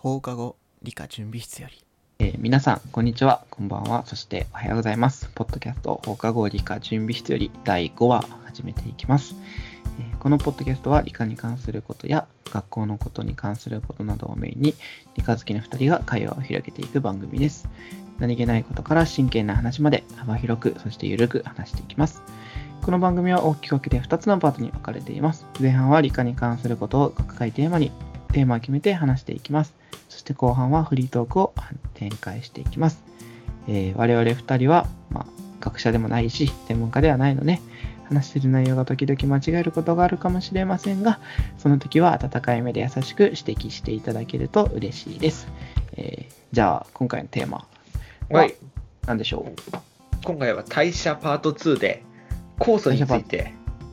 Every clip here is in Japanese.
放課後理科準備室より、 皆さんこんにちは、こんばんは、そしておはようございます。ポッドキャスト放課後理科準備室より第5話始めていきます。このポッドキャストは理科に関することや学校のことに関することなどをメインに理科好きな2人が会話を広げていく番組です。何気ないことから真剣な話まで幅広く、そしてゆるく話していきます。この番組は大きく分けて2つのパートに分かれています。前半は理科に関することを各回テーマを決めて話していきます。そして後半はフリートークを展開していきます。我々2人は、学者でもないし専門家ではないので、話している内容が時々間違えることがあるかもしれませんが、その時は温かい目で優しく指摘していただけると嬉しいです。じゃあ今回のテーマは何でしょう。 今回は代謝パート2で酵素について。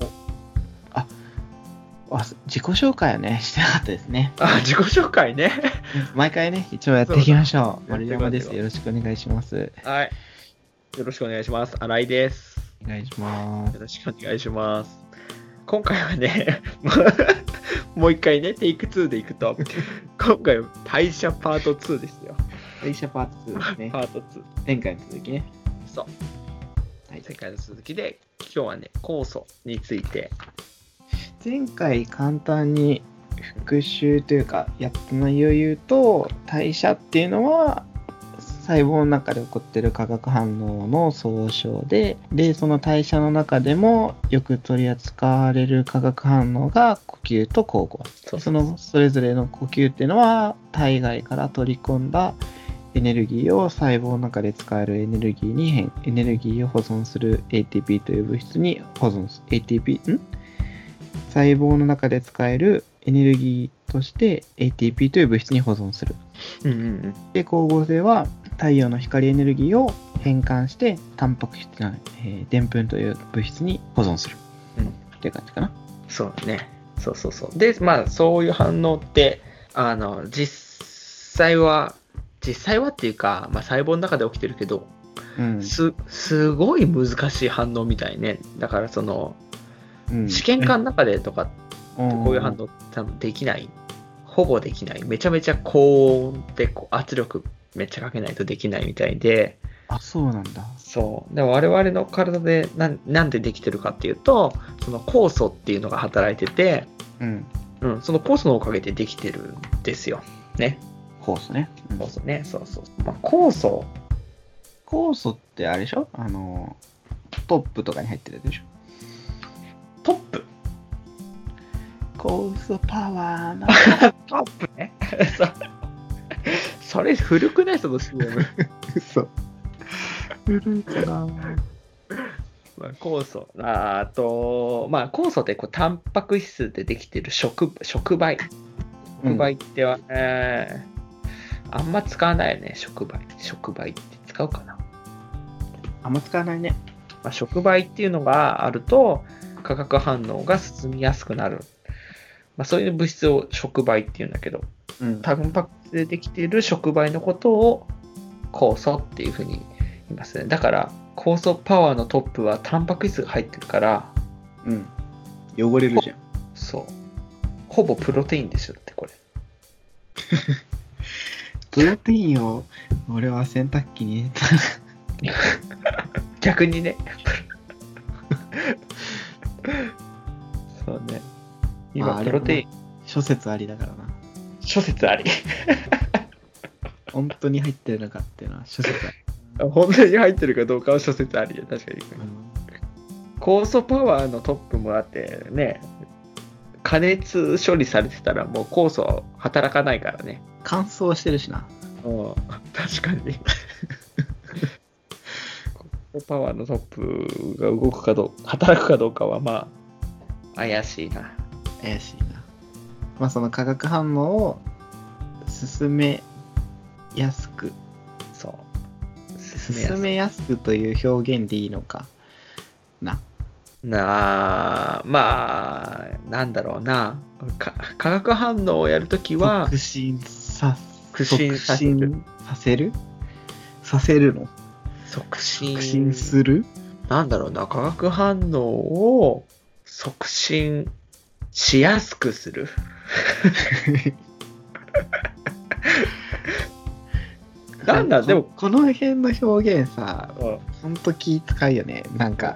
自己紹介はねしてなかったですね。 自己紹介ね。 毎回ね一応やっていきましょう。丸山です。よろしくお願いします。 はい。よろしくお願いします。新井です。 お願いします。 よろしくお願いします。今回はね、もう一回ね、テイク2でいくと、今回は代謝パート2ですよ。 代謝パート2ですね。 パート2。 前回の続きね。 そう。前回の続きで、今日はね、酵素について。 前回簡単に復習というかやった内容を言うと、代謝っていうのは細胞の中で起こっている化学反応の総称で、その代謝の中でもよく取り扱われる化学反応が呼吸と光合。それぞれの呼吸っていうのは体外から取り込んだエネルギーを細胞の中で使えるエネルギーを保存する ATP という物質に保存する。細胞の中で使えるエネルギーとして ATP という物質に保存する。で、光合成は太陽の光エネルギーを変換してタンパク質がでんぷんという物質に保存する。っていう感じかな。 そうね。そう。で、そういう反応って実際はっていうか、細胞の中で起きてるけど、すごい難しい反応みたいね。だから試験管の中でとかこういう反応多分できない、ほぼできない、めちゃめちゃ高温で圧力めっちゃかけないとできないみたいで。 そうなんだ。 そうでも我々の体でなんでできてるかっていうと、その酵素っていうのが働いてて、その酵素のおかげでできてるんですよね。 酵素ね。 酵素ね。そう。 酵素ってあれでしょ、トップとかに入ってるでしょ。 トップ酵素パワーのトップね。それ古くない？その CM。 嘘。古いかな。 酵素。酵素ってタンパク質でできてる触媒。触媒っては、あんま使わないよね。触媒って使うかな。 あんま使わないね。 触媒っていうのがあると化学反応が進みやすくなる。そういう物質を触媒っていうんだけど、タンパク質でできている触媒のことを酵素っていうふうに言いますね。だから酵素パワーのトップはタンパク質が入ってるから、 汚れるじゃん。 そう。ほぼプロテインですよってこれ。 プロテインを俺は洗濯機に入れた。 逆にね。そうね。今プロテイン諸説ありだからな。 諸説あり。 本当に入ってるのかっていうのは諸説あり。 本当に入ってるかどうかは諸説ありで、確かに。酵素パワーのトップもあってね、加熱処理されてたらもう酵素は働かないからね。 乾燥してるしな。 確かに。パワーのトップが動くかどうか、働くかどうかは怪しいな。 その化学反応を進めやすく。進めやすくという表現でいいのかな。 なんだろうな。化学反応をやるときは促進させるの。 促進する。 なんだろうな、化学反応を促進しやすくするなんだ、でも、 この辺の表現さ、 うんほんと気使うよね。なんか、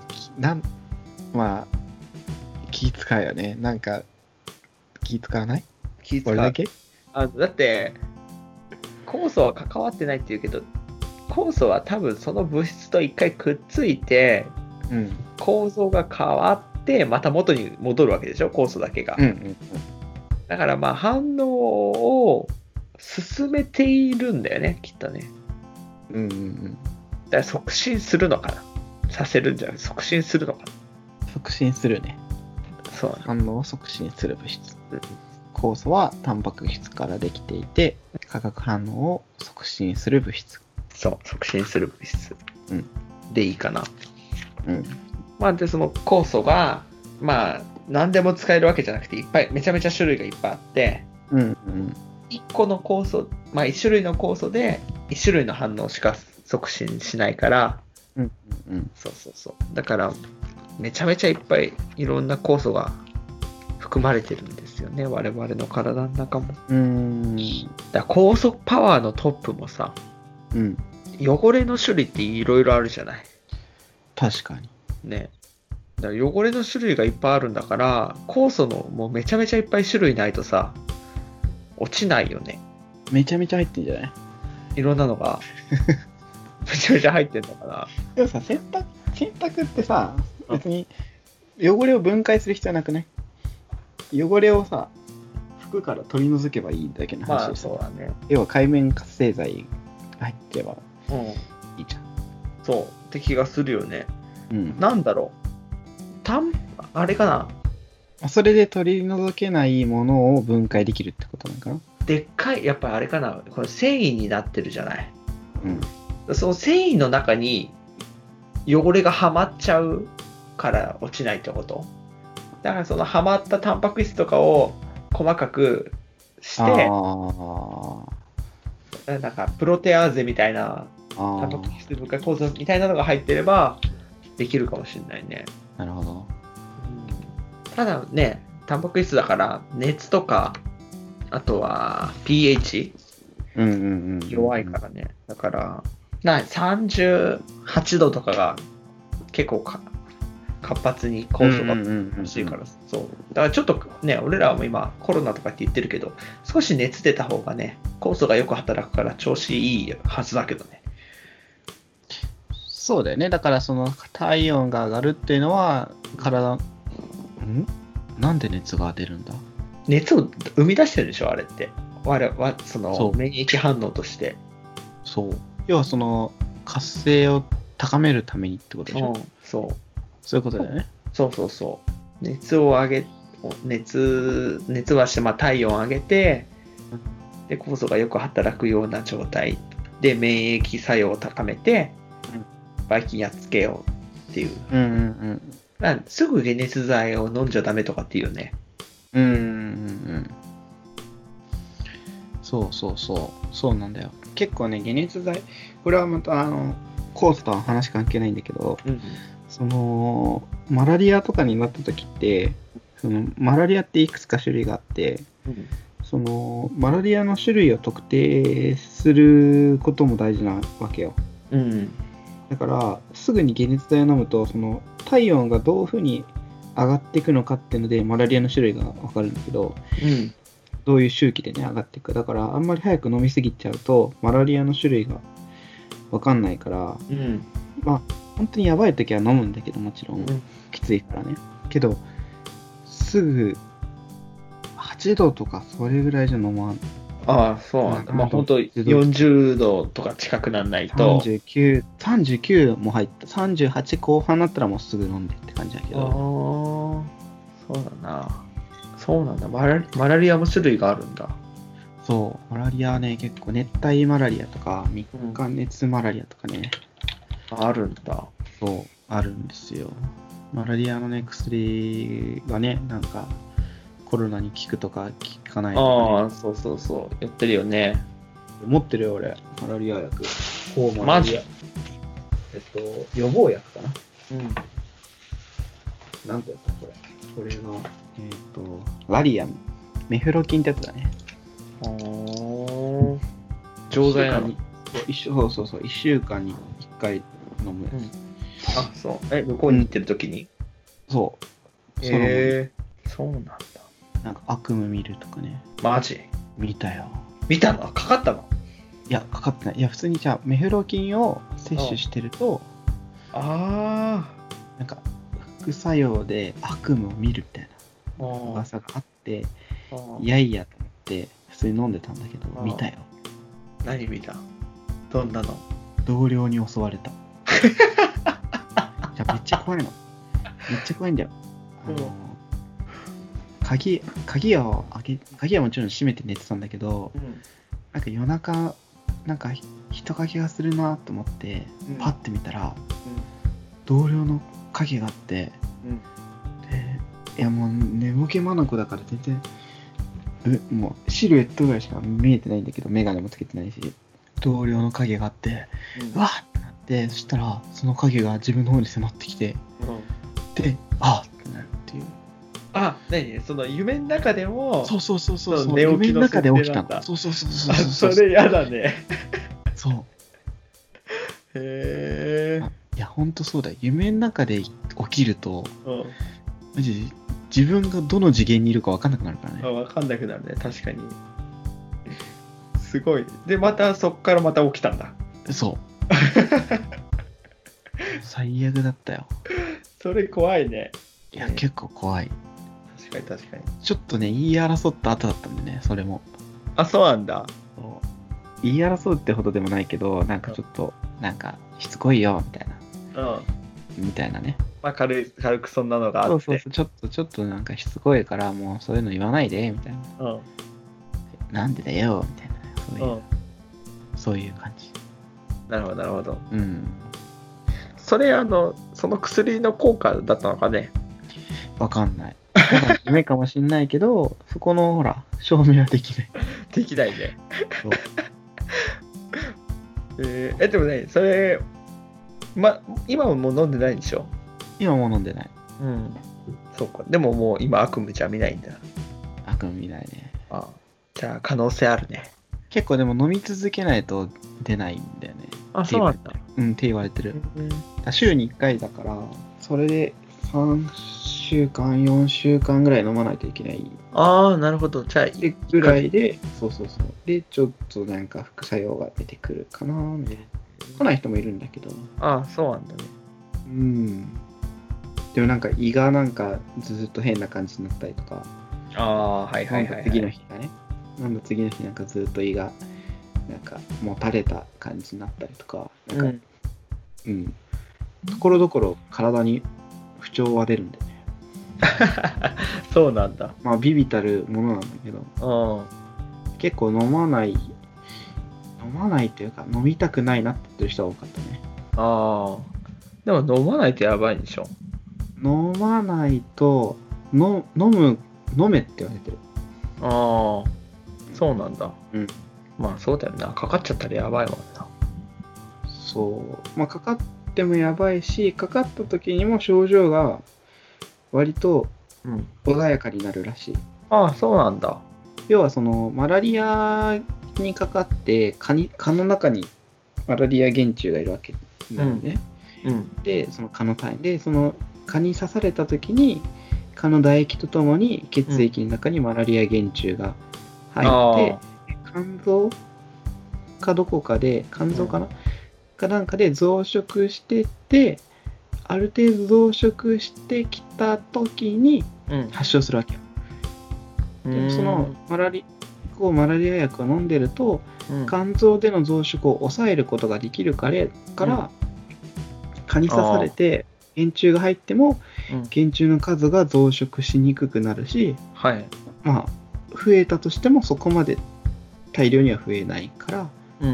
まあ、気使うよね。なんか、気使わない？ 気使う俺だけ？ だって、酵素は関わってないって言うけど、酵素は多分その物質と一回くっついて、 うん。 構造が変わってまた元に戻るわけでしょ、酵素だけが。 うんうんだからまあ反応を進めているんだよね、きっとね。 うん。うんうんうん。 だから促進するのかな、させるんじゃなくて促進するのか促進するね。 な。そうね。 反応を促進する物質。 うん酵素はタンパク質からできていて、化学反応を促進する物質。 そう、促進する物質。 うんでいいかな。 うん。 まあで、その酵素が、まあ、何でも使えるわけじゃなくて、いっぱい、めちゃめちゃ種類がいっぱいあって、 うんうん 1個の酵素、まあ1種類の酵素で、1種類の反応しか促進しないから、 うんうんそうそうそう。だから、めちゃめちゃいっぱいいろんな酵素が含まれてるんですよね。我々の体の中も。だから酵素パワーのトップもさ、 うん。 汚れの種類っていろいろあるじゃない。 確かに。 ね。だから汚れの種類がいっぱいあるんだから、酵素のもうめちゃめちゃいっぱい種類ないとさ、落ちないよね。 めちゃめちゃ入ってんじゃない？ いろんなのが、めちゃめちゃ入ってんのかな。 でもさ、洗濯ってさ、別に汚れを分解する必要なくない？汚れをさ、服から取り除けばいいだけのまあ話でさ、 そうだね。 要は界面活性剤が入ってればうん。 いいじゃん。 そう。って気がするよね。 うん。 なんだろう。あれかな。 それで取り除けないものを分解できるってことなのかな？ でっかい、やっぱあれかな。これ繊維になってるじゃない。 うん。 その繊維の中に汚れがはまっちゃうから落ちないってこと。だからそのはまったタンパク質とかを細かくして、なんかプロテアーゼみたいなタンパク質分解構造みたいなのが入ってればできるかもしれないね。 なるほど。 ただね、タンパク質だから熱とか、あとは pH 弱いからね。だから38度とかが結構活発に酵素が欲しいから、そう。だからちょっとね、俺らも今コロナとかって言ってるけど、少し熱出た方がね、酵素がよく働くから調子いいはずだけどね。 そうだよね。だからその体温が上がるっていうのはなんで熱が出るんだ？ 熱を生み出してるでしょ、あれって。その免疫反応として。 そう。要はその活性を高めるためにってことでしょ。そういうことだよね。 そうそうそう。熱はして、まあ、体温を上げて、で酵素がよく働くような状態で免疫作用を高めて、ばい菌やっつけようっていう。すぐ解熱剤を飲んじゃダメとかっていうよね。 そうなんだよ。結構ね、解熱剤、これはまた酵素とは話関係ないんだけど、そのマラリアとかになった時って、そのマラリアっていくつか種類があって、そのマラリアの種類を特定することも大事なわけよ。だからすぐに解熱剤を飲むと、その体温がどういうふうに上がっていくのかっていうのでマラリアの種類が分かるんだけど、どういう周期でね上がっていくか。だからあんまり早く飲みすぎちゃうとマラリアの種類が分かんないから、まあ本当にやばい時は飲むんだけど、もちろんきついからね。けどすぐ8度とかそれぐらいじゃ飲まん。 ああ、そうなんだ。まあ本当40度とか近くならないと。 39も入った。38後半になったらもうすぐ飲んでって感じだけど。 そうだな。そうなんだ。マラリアも種類があるんだ。 そう。マラリアはね、結構熱帯マラリアとか、3日熱マラリアとかね。 あるんだ。 そう、あるんですよ。マラリアのね、薬がね、なんか、コロナに効くとか効かないとか、ね。 ああ、そうそうそう。やってるよね。 持ってるよ、俺。マラリア薬。マラリア。予防薬かな。なんてやったこれ。これが、ラリアム。メフロキンってやつだね。 錠剤なの？ 1週間に1回飲むやつ。 あ、そう。向こうに行ってる時に、 そう。 そうなんだ。 なんか悪夢見るとかね。 マジ見たよ。 見たの？かかったの？ いや、かかってない。いや、普通にじゃあ、メフロキンを摂取してると、なんか、副作用で悪夢を見るみたいな噂があって、いやいやと思って、普通に飲んでたんだけど、見たよ。 何見た？どんなの？ 同僚に襲われた。いや、めっちゃ怖いの。めっちゃ怖いんだよ。鍵はもちろん閉めて寝てたんだけど、なんか夜中、なんか人影がするなと思って、パッて見たら、同僚の影があって、で、いやもう寝ぼけ眼だから全然、もうシルエットぐらいしか見えてないんだけど、メガネもつけてないし、同僚の影があって、わーってなって、そしたらその影が自分の方に迫ってきて、で、あーってなるっていう。 何その夢の中でも、 そう、 寝起きの中で起きたの。そう。 それやだね。 そう。 へえ。 いや、ほんとそうだよ。夢の中で起きると、マジで自分がどの次元にいるか分かんなくなるからね。 分かんなくなるね、確かに。すごい。で、またそっからまた起きたんだ。 そう。最悪だったよ。 それ怖いね。 いや、結構怖い。 確かに。 ちょっとね、言い争った後だったんでね、それも。 あ、そうなんだ。 言い争うってほどでもないけど、なんかちょっと、なんか、しつこいよ、みたいな。みたいなね。 まあ、軽くそんなのがあって。 そう、ちょっとなんかしつこいから、もうそういうの言わないで、みたいな。なんでだよ、みたいな。そういう感じ。 なるほど。 うん。 それ、その薬の効果だったのかね。 わかんない。ただ夢かもしんないけど、そこのほら、証明はできない。 できないね。 そう。 でもね、それ、今はもう飲んでないんでしょ？ 今もう飲んでない。 そうか。でももう今悪夢じゃ見ないんだ。 悪夢見ないね。 じゃあ可能性あるね。 結構でも飲み続けないと出ないんだよね。 そうなんだ。 って言われてる。週に1回だから、それで3週間、4週間ぐらい飲まないといけない。 なるほど。じゃあ、 ぐらいで、そう。で、ちょっとなんか副作用が出てくるかな、みたいな。来ない人もいるんだけど。 そうなんだね。 でもなんか胃がなんかずっと変な感じになったりとか。 はい。 次の日がね。次の日なんかずっと胃がなんかもう垂れた感じになったりとか。なんか、ところどころ体に不調は出るんだよね。 そうなんだ。 まあビビたるものなんだけど、結構飲まないというか飲みたくないなって言ってる人が多かったね。 でも飲まないとやばいんでしょ？ 飲まないと飲めって言われてる。 そうなんだ。まあそうだよな。かかっちゃったらやばいもんな。 そう。まあかかってもやばいし、かかった時にも症状が割と穏やかになるらしい。 そうなんだ。 要はそのマラリアにかかって蚊の中にマラリア原虫がいるわけなんでね。で、その蚊の単位で、その蚊に刺された時に蚊の唾液とともに血液の中にマラリア原虫が入って、肝臓かどこかで、肝臓かな、かなんかで増殖してて、ある程度増殖してきた時に発症するわけよ。でそのマラリア薬を飲んでると、肝臓での増殖を抑えることができるから、蚊に刺されて原虫が入っても、原虫の数が増殖しにくくなるし、まあ増えたとしてもそこまで大量には増えないから、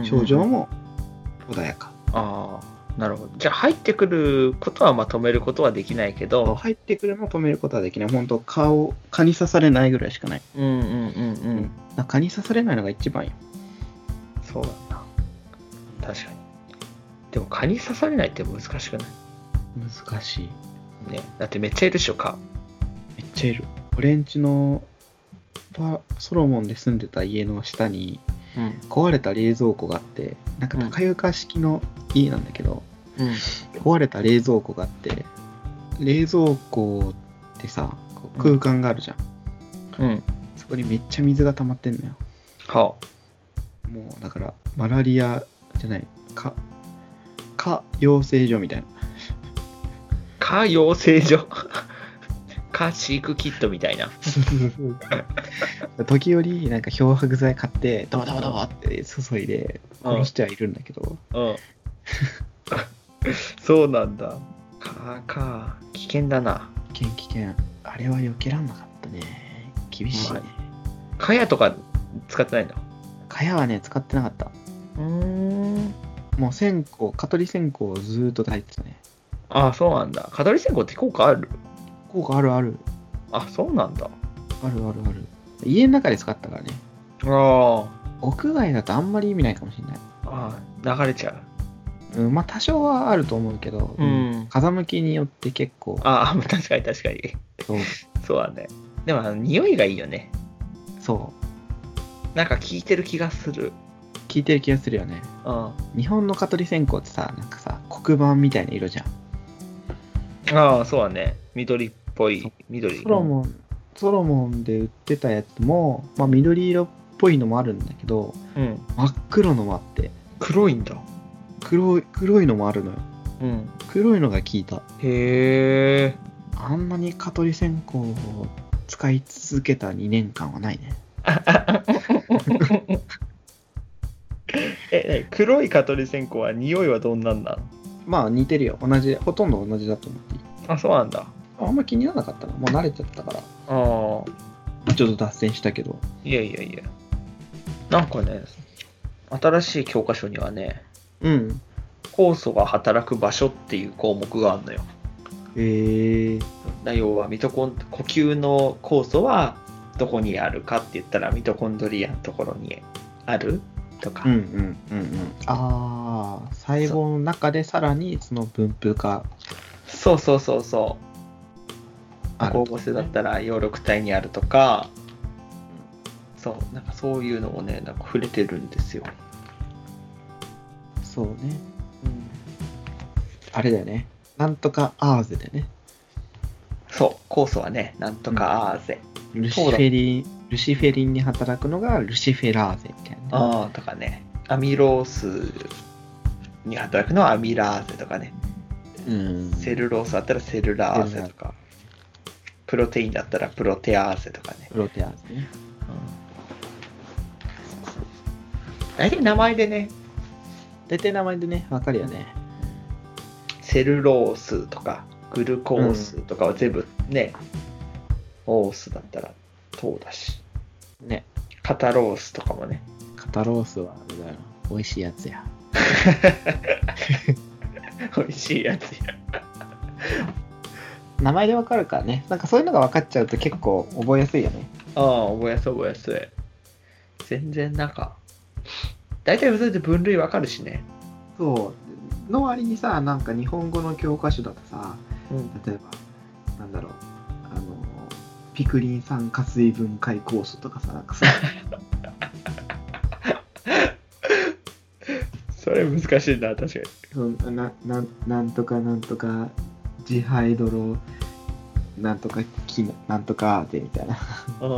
症状も穏やか。 なるほど。じゃあ入ってくることは止めることはできないけど、 入ってくるのを止めることはできない。本当蚊に刺されないぐらいしかない。蚊に刺されないのが一番よ。 そうだな。確かに。でも蚊に刺されないって難しくない？ 難しい。 ね。だってめっちゃいるでしょ、蚊。 めっちゃいる。俺んちのソロモンで住んでた家の下に、 壊れた冷蔵庫があって、なんか高床式の家なんだけど、壊れた冷蔵庫があって、冷蔵庫ってさ、空間があるじゃん。そこにめっちゃ水が溜まってんのよ。もうだからマラリアじゃない、養成所みたいな。 養成所飼育キットみたいな。 時折なんか漂白剤買ってドバドバドバって注いで殺してはいるんだけど、 そうなんだ。危険だな。 危険。あれは避けらんなかったね。厳しいね。 蚊帳とか使ってないんだ。 蚊帳はね、使ってなかった。もう線香、蚊取り線香をずーっと炊いてたね。 ああ、そうなんだ。蚊取り線香って効果ある？ 効果あるある。 あ、そうなんだ。 ある。家の中で使ったからね。屋外だとあんまり意味ないかもしれない。 流れちゃう。まあ多少はあると思うけど、風向きによって結構。 確かに。そうだね。でも匂いがいいよね。 そう。 なんか効いてる気がする。 効いてる気がするよね。日本の蚊取り線香ってさ、なんかさ、黒板みたいな色じゃん。 そうだね。緑っぽい。緑。 ソロモンで売ってたやつも、まあ緑色っぽいのもあるんだけど、真っ黒のもあって。 黒いんだ。 黒いのもあるのよ。黒いのが効いた。 へえ。 あんなに蚊取り線香を使い続けた2年間はないね。 黒い蚊取り線香は匂いはどんなんなの？ まあ似てるよ。ほとんど同じだと思っていい。 そうなんだ。 あんま気にならなかったな。もう慣れちゃったから。ちょっと脱線したけど。 いや。なんかね、新しい教科書にはね、酵素が働く場所っていう項目があるのよ。要は呼吸の酵素はどこにあるかって言ったらミトコンドリアのところにあるとか。 細胞の中でさらにその分布が。 そう。光合成だったら葉緑体にあるとか、なんかそういうのをね、なんか触れてるんですよ。 そうね。あれだよね。なんとかアーゼでね。 そう、酵素はね、なんとかアーゼ。 ルシフェリンに働くのがルシフェラーゼみたいな。 とかね。アミロースに働くのはアミラーゼとかね。セルロースだったらセルラーゼとか。プロテインだったらプロテアーゼとかね。 プロテアーゼね。 大体名前でね、 わかるよね。 セルロースとか、グルコースとかは全部ね、オースだったら糖だし。 ね。 肩ロースとかもね。 肩ロースはあれだよ。美味しいやつや。 美味しいやつや。 名前でわかるからね。なんかそういうのが分かっちゃうと結構覚えやすいよね。 覚えやすい。全然なんか、大体それで分類わかるしね。 そうの割にさ、なんか日本語の教科書だとさ、例えばなんだろう、ピクリン酸化水分解酵素とかさ、なんかさそれ難しいな、確かに。 なんとかジハイドロなんとかなんとかでみたいな。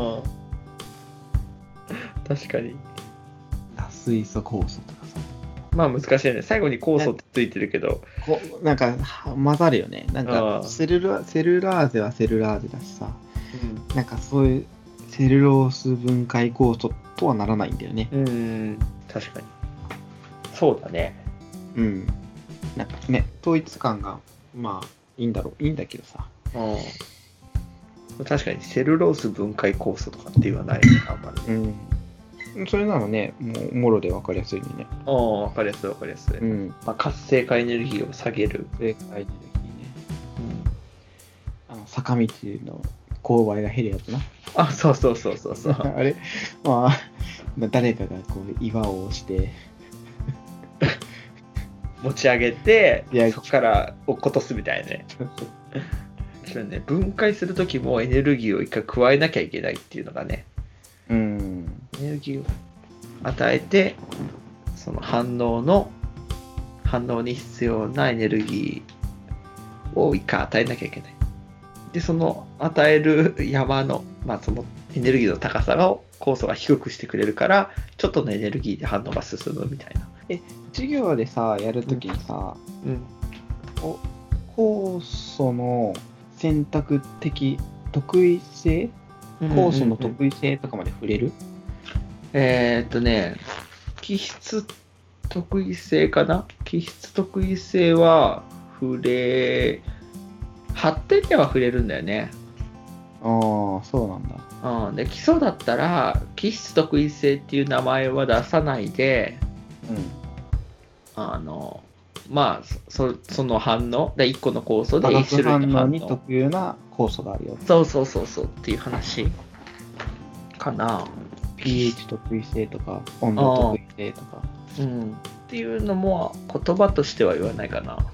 確かに。 水素酵素とかさ。 まあ難しいね。最後に酵素ってついてるけど。 なんか混ざるよね。なんかセルラーゼはセルラーゼだしさ。なんかそういうセルロース分解酵素とはならないんだよね。 確かに。そうだね。 なんかね、統一感がまあいいんだけどさ。 確かにセルロース分解酵素とかって言わないね、あんまり。 それならね、もろで分かりやすいね。 分かりやすい。活性化エネルギーを下げる。 活性化エネルギーね。坂道の勾配が減るやつな。 そう。 あれ、まあ、誰かがこう岩を押して持ち上げて、そこから落っことすみたいなね。それね、分解するときもエネルギーを一回加えなきゃいけないっていうのがね。エネルギーを与えて、その反応に必要なエネルギーを一回与えなきゃいけない。で、その与える山の、そのエネルギーの高さを酵素が低くしてくれるから、ちょっとのエネルギーで反応が進むみたいな。 授業でさ、やるときにさ、酵素の選択的特異性、酵素の特異性とかまで触れる？ 基質特異性かな？基質特異性は発展では触れるんだよね。 ああ、そうなんだ。 で、基礎だったら、基質特異性っていう名前は出さないで、その反応、1個の酵素で1種類の反応に特有な酵素があるよ。 そうっていう話かな。 pH 特異性とか、温度特異性とか。 っていうのも言葉としては言わないかな。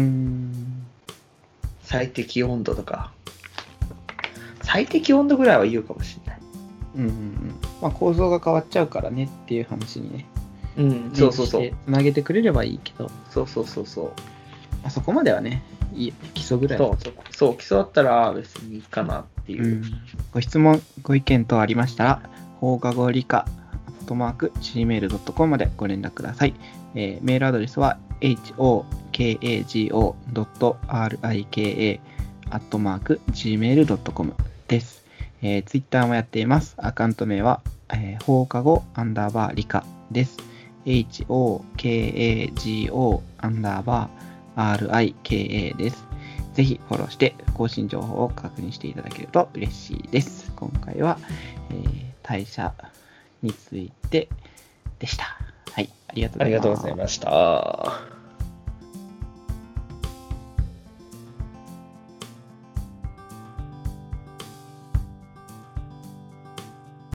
最適温度とか。最適温度ぐらいは言うかもしれない。 構造が変わっちゃうからねっていう話にね。 そう。 つなげてくれればいいけど。 そう。 そこまではね、基礎ぐらい。 そう、基礎だったら別にいいかなっていう。 ご質問、ご意見等ありましたら、放課後理科@gmail.com までご連絡ください。メールアドレスは hokago.rika@gmail.com です。ツイッターもやっています。アカウント名は、放課後_理科です。hokago_rika です。ぜひフォローして更新情報を確認していただけると嬉しいです。今回は、代謝についてでした。はい、ありがとうございました。 ありがとうございました。